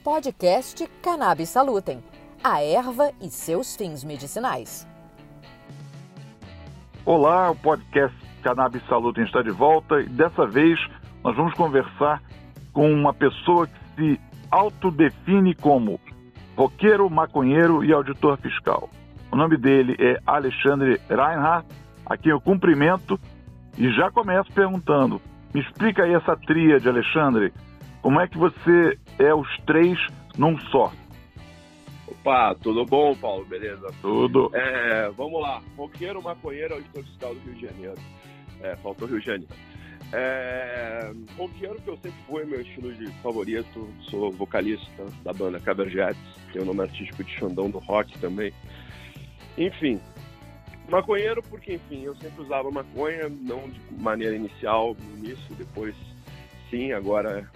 podcast Cannabis Salutem, a erva e seus fins medicinais. Olá, o podcast Cannabis Salutem está de volta e dessa vez nós vamos conversar com uma pessoa que se autodefine como roqueiro, maconheiro e auditor fiscal. O nome dele é Alexandre Reinhardt, a quem eu cumprimento e já começo perguntando, me explica aí essa tríade, Alexandre, como é que você é os três num só? Opa, tudo bom, Paulo? Beleza? Tudo. Vamos lá. Roqueiro, maconheiro, auditor fiscal do Rio de Janeiro. Faltou Rio de Janeiro. Roqueiro, que eu sempre fui, meu estilo de favorito. Sou vocalista da banda Caberjets. Tenho o nome artístico de Xandão do Rock também. Enfim. Maconheiro porque, enfim, eu sempre usava maconha, não de maneira inicial, no início, depois sim, agora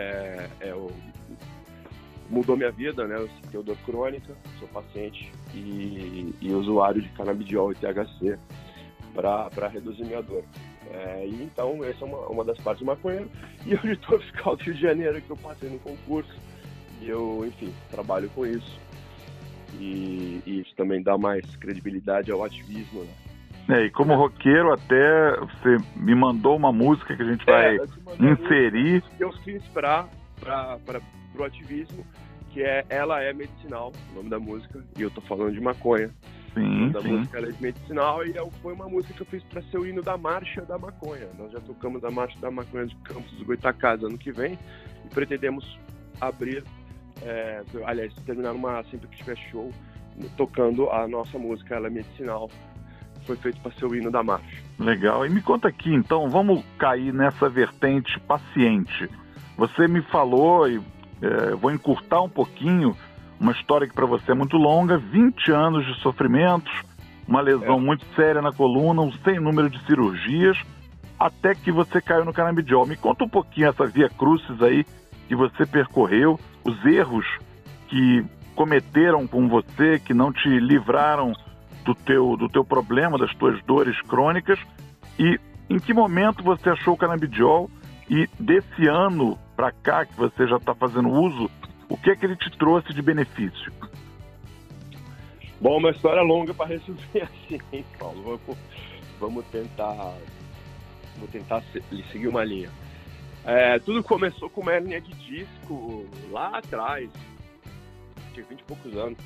mudou minha vida, né? Eu tenho dor crônica, sou paciente e usuário de canabidiol e THC para reduzir minha dor. E então, essa é uma das partes do maconheiro. E o auditor fiscal do Rio de Janeiro, que eu passei no concurso, e eu, enfim, trabalho com isso. E isso também dá mais credibilidade ao ativismo, né? E como roqueiro, até você me mandou uma música que a gente vai inserir. Eu fiz para o ativismo, que Ela é Medicinal, o nome da música, e eu tô falando de maconha. Sim, da música Ela é Medicinal, e foi uma música que eu fiz para ser o hino da Marcha da Maconha. Nós já tocamos a Marcha da Maconha de Campos dos Goytacazes ano que vem, e pretendemos abrir, terminar sempre que tiver show, tocando a nossa música Ela é Medicinal. Foi feito para ser o hino da marcha. Legal. E me conta aqui, então, vamos cair nessa vertente paciente. Você me falou, e vou encurtar um pouquinho, uma história que para você é muito longa, 20 anos de sofrimentos, uma lesão muito séria na coluna, um sem número de cirurgias, até que você caiu no canabidiol. Me conta um pouquinho essa via crucis aí que você percorreu, os erros que cometeram com você, que não te livraram do teu problema, das tuas dores crônicas, e em que momento você achou o canabidiol, e desse ano para cá que você já está fazendo uso, o que é que ele te trouxe de benefício? Bom, uma história longa para resumir assim, hein, Paulo? Vamos tentar seguir uma linha. Tudo começou com uma hernia de disco lá atrás, tinha 20 e poucos anos.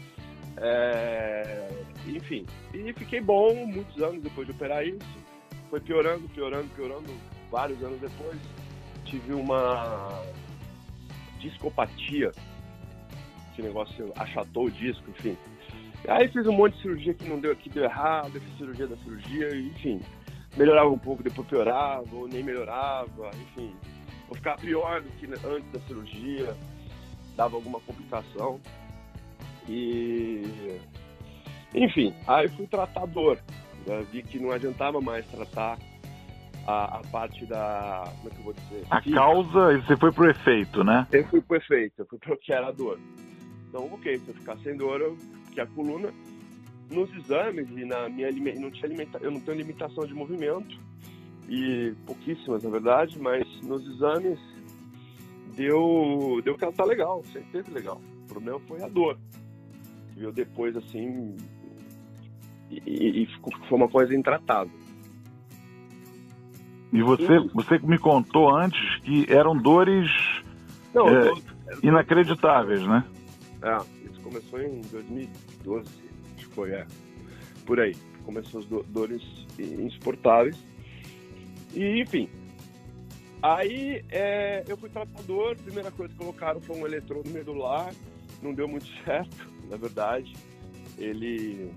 Enfim, e fiquei bom muitos anos depois de operar isso. Foi piorando. Vários anos depois tive uma discopatia. Esse negócio achatou o disco, enfim. Aí fiz um monte de cirurgia que não deu, que deu errado. Eu fiz cirurgia da cirurgia, enfim. Melhorava um pouco, depois piorava, ou nem melhorava, enfim. Vou ficar pior do que antes da cirurgia. Dava alguma complicação. E, enfim, aí fui tratar a dor. Vi que não adiantava mais tratar a parte da... Como é que eu vou dizer? A causa, e você foi pro efeito, né? Eu fui pro efeito, eu fui pro que era a dor. Então, ok, se eu ficar sem dor, que a coluna, nos exames e na minha eu não tenho limitação de movimento, e pouquíssimas, na verdade, mas nos exames deu que ela tá legal, sempre teve legal. O problema foi a dor. Viu depois assim e foi uma coisa intratável. E você me contou antes que eram dores inacreditáveis, né? Isso começou em 2012, acho que foi, por aí. Começou as dores insuportáveis. E, enfim, aí eu fui tratador, a primeira coisa que colocaram foi um eletrodo medular, não deu muito certo, na verdade. Ele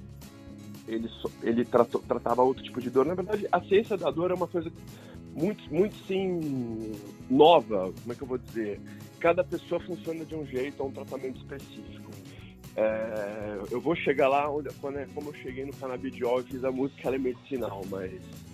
tratava outro tipo de dor. Na verdade, a ciência da dor é uma coisa muito sim, nova, como é que eu vou dizer? Cada pessoa funciona de um jeito, é um tratamento específico. Eu vou chegar lá, como eu cheguei no canabidiol e fiz a música, ela é medicinal, mas...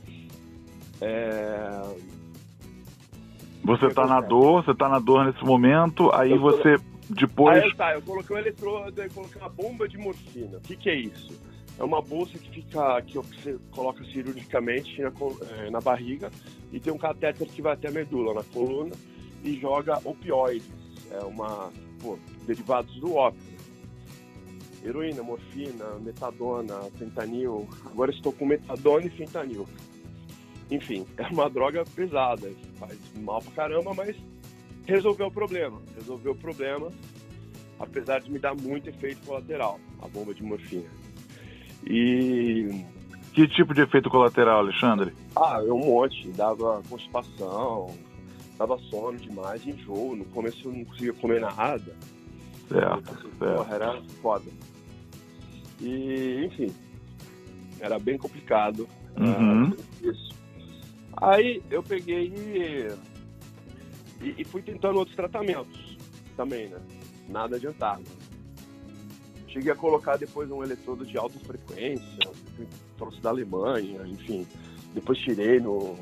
Você tá na dor nesse momento, aí você depois... Eu coloquei um eletrodo, eu coloquei uma bomba de morfina. O que é isso? É uma bolsa que você coloca cirurgicamente na barriga e tem um catéter que vai até a medula, na coluna, e joga opioides, derivados do ópio. Heroína, morfina, metadona, fentanil. Agora estou com metadona e fentanil. Enfim, é uma droga pesada, faz mal pra caramba, mas resolveu o problema, apesar de me dar muito efeito colateral, a bomba de morfina. E... Que tipo de efeito colateral, Alexandre? Um monte, dava constipação, dava sono demais, enjoo, no começo eu não conseguia comer nada. Certo. Porra, era foda. E, enfim, era bem complicado. Isso. Aí eu peguei e fui tentando outros tratamentos também, né? Nada adiantava. Cheguei a colocar depois um eletrodo de alta frequência, trouxe da Alemanha, enfim. Depois tive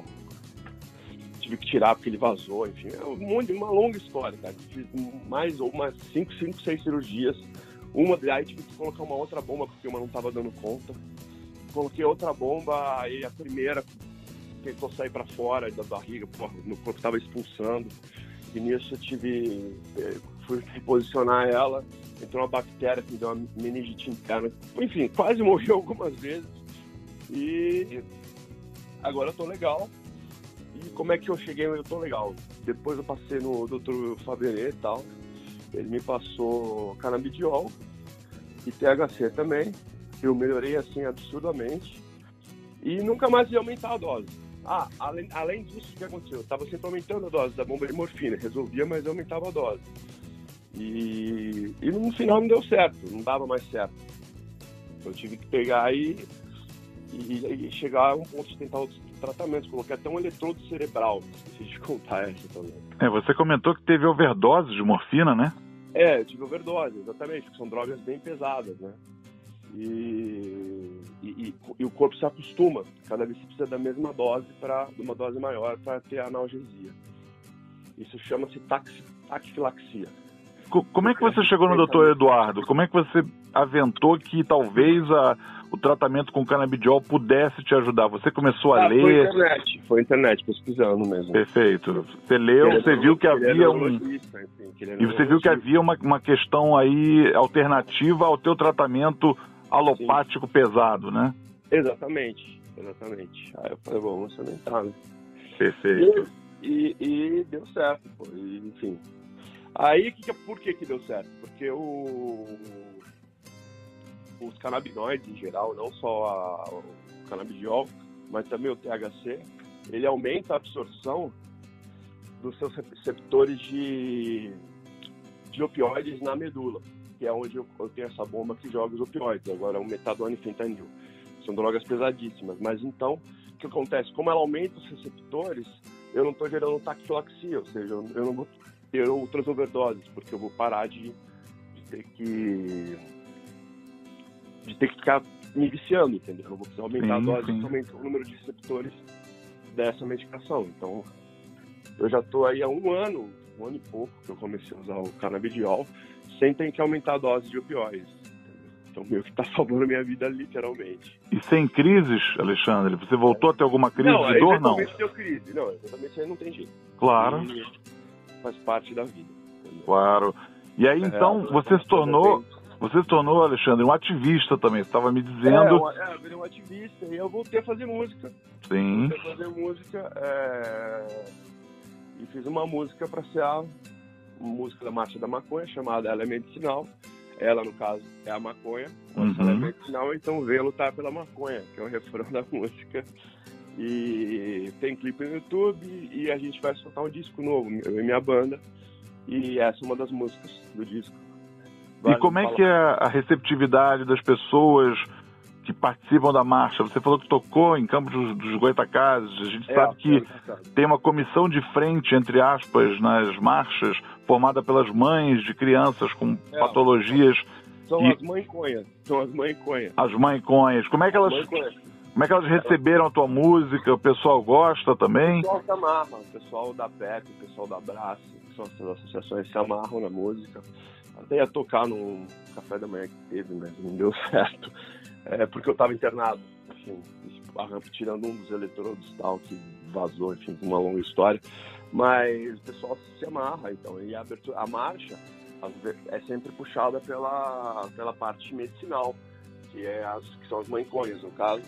que tirar porque ele vazou, enfim. É uma longa história, cara. Fiz mais ou umas 5, 6 cirurgias. Aí tive que colocar uma outra bomba porque uma não estava dando conta. Coloquei outra bomba, aí a primeira tentou sair para fora da barriga, meu corpo estava expulsando. E nisso eu fui reposicionar ela, entrou uma bactéria que me deu uma meningite interna. Enfim, quase morri algumas vezes. E agora eu tô legal. E como é que eu cheguei onde eu tô legal? Depois eu passei no Dr. Faberé e tal. Ele me passou canabidiol e THC também. Eu melhorei assim absurdamente. E nunca mais ia aumentar a dose. Além disso, o que aconteceu? Eu estava sempre aumentando a dose da bomba de morfina. Resolvia, mas eu aumentava a dose. E no final não deu certo, não dava mais certo. Eu tive que pegar e chegar a um ponto de tentar outros tratamentos. Coloquei até um eletrodo cerebral. Esqueci de contar essa também. Você comentou que teve overdose de morfina, né? Eu tive overdose, exatamente, porque são drogas bem pesadas, né? E o corpo se acostuma. Cada vez você precisa da mesma dose de uma dose maior para ter analgesia. Isso chama-se taquifilaxia. Como é que você chegou no Dr. Eduardo? Como é que você aventou que talvez o tratamento com canabidiol pudesse te ajudar? Você começou a ler? Foi internet, pesquisando mesmo. Perfeito. Você leu, você viu que havia E você viu que havia uma questão aí alternativa ao teu tratamento alopático pesado, né? Exatamente. Aí eu falei, vamos experimentar, né? Perfeito. E deu certo, pô. Enfim. Aí, por que deu certo? Porque os canabinoides em geral, não só o canabidiol, mas também o THC, ele aumenta a absorção dos seus receptores de opioides na medula, que é onde eu tenho essa bomba que joga os opioides, agora o metadona e fentanil. São drogas pesadíssimas, mas então, o que acontece? Como ela aumenta os receptores, eu não estou gerando taquifilaxia, ou seja, eu não vou ter outras overdoses, porque eu vou parar de ter que ficar me viciando, entendeu? Eu não vou precisar aumentar a dose, aumentar o número de receptores dessa medicação. Então, eu já estou aí há um ano e pouco que eu comecei a usar o canabidiol, sem ter que aumentar a dose de opioides. Então, meio que está salvando a minha vida, literalmente. E sem crises, Alexandre? Você voltou a ter alguma crise de dor, não? Não, deu crise. Não, exatamente aí não tem jeito. Claro. E faz parte da vida. Entendeu? Claro. E aí, então, você se tornou, Alexandre, um ativista também. Você estava me dizendo... Eu virei um ativista e eu voltei a fazer música. Sim. E fiz uma música para ser a música da Marcha da Maconha, chamada Ela é Medicinal. Ela, no caso, é a maconha. Ela é medicinal, então venha lutar pela maconha, que é o refrão da música. E tem clipe no YouTube e a gente vai soltar um disco novo, eu e minha banda. E essa é uma das músicas do disco. E como é que é a receptividade das pessoas que participam da marcha? Você falou que tocou em Campos dos Goytacazes. A gente sabe que tem uma comissão de frente, entre aspas, nas marchas, formada pelas mães de crianças com patologias. São as mãe-conhas. As mãe-conhas. Como é que elas receberam a tua música? O pessoal gosta também? O pessoal se amarra. O pessoal da PEP, o pessoal da Abraço, que são essas associações, se amarram na música. Até ia tocar num café da manhã que teve, mas não deu certo. Porque eu estava internado. Enfim, tirando um dos eletrodos tal, que vazou, enfim, uma longa história. mas o pessoal se amarra, então, e a marcha é sempre puxada pela parte medicinal, que são as maconhas, no caso,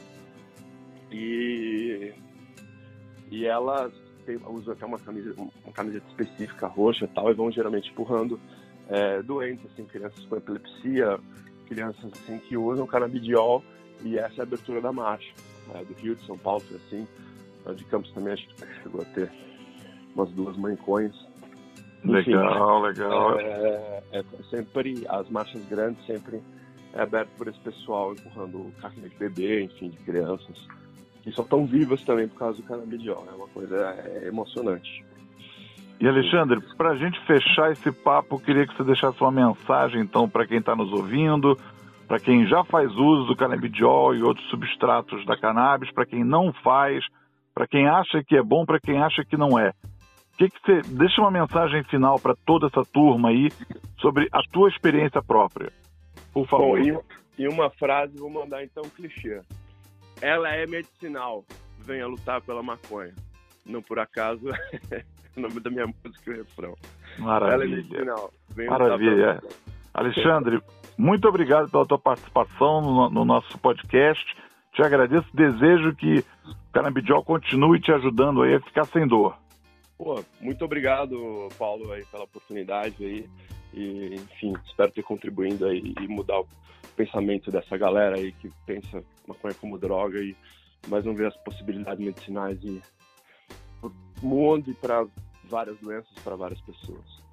e elas usam até uma camiseta específica roxa e tal, e vão geralmente empurrando doentes, assim, crianças com epilepsia, crianças assim, que usam canabidiol, e essa é a abertura da marcha. Do Rio, de São Paulo, foi assim. De Campos também, acho que chegou a ter umas 2 maconhas. Legal. Sempre, as marchas grandes sempre é aberto por esse pessoal empurrando carrinho de bebê, enfim, de crianças, que só estão vivas também por causa do canabidiol. É uma coisa emocionante. E Alexandre, para a gente fechar esse papo, eu queria que você deixasse uma mensagem, então, para quem está nos ouvindo, para quem já faz uso do canabidiol e outros substratos da cannabis, para quem não faz, para quem acha que é bom, para quem acha que não é. Que você deixa uma mensagem final para toda essa turma aí sobre a tua experiência própria, por favor. Bom, em uma frase, vou mandar então um clichê. Ela é medicinal, venha lutar pela maconha. Não por acaso é o nome da minha música e o refrão. Maravilha. Ela é medicinal, venha Maravilha. lutar pela maconha. Alexandre, muito obrigado pela tua participação no nosso podcast. Te agradeço, desejo que o canabidiol continue te ajudando aí a ficar sem dor. Muito obrigado, Paulo, aí, pela oportunidade aí. E, enfim, espero ter contribuído aí e mudar o pensamento dessa galera aí que pensa maconha como droga, mas não vê as possibilidades medicinais pro mundo e para várias doenças, para várias pessoas.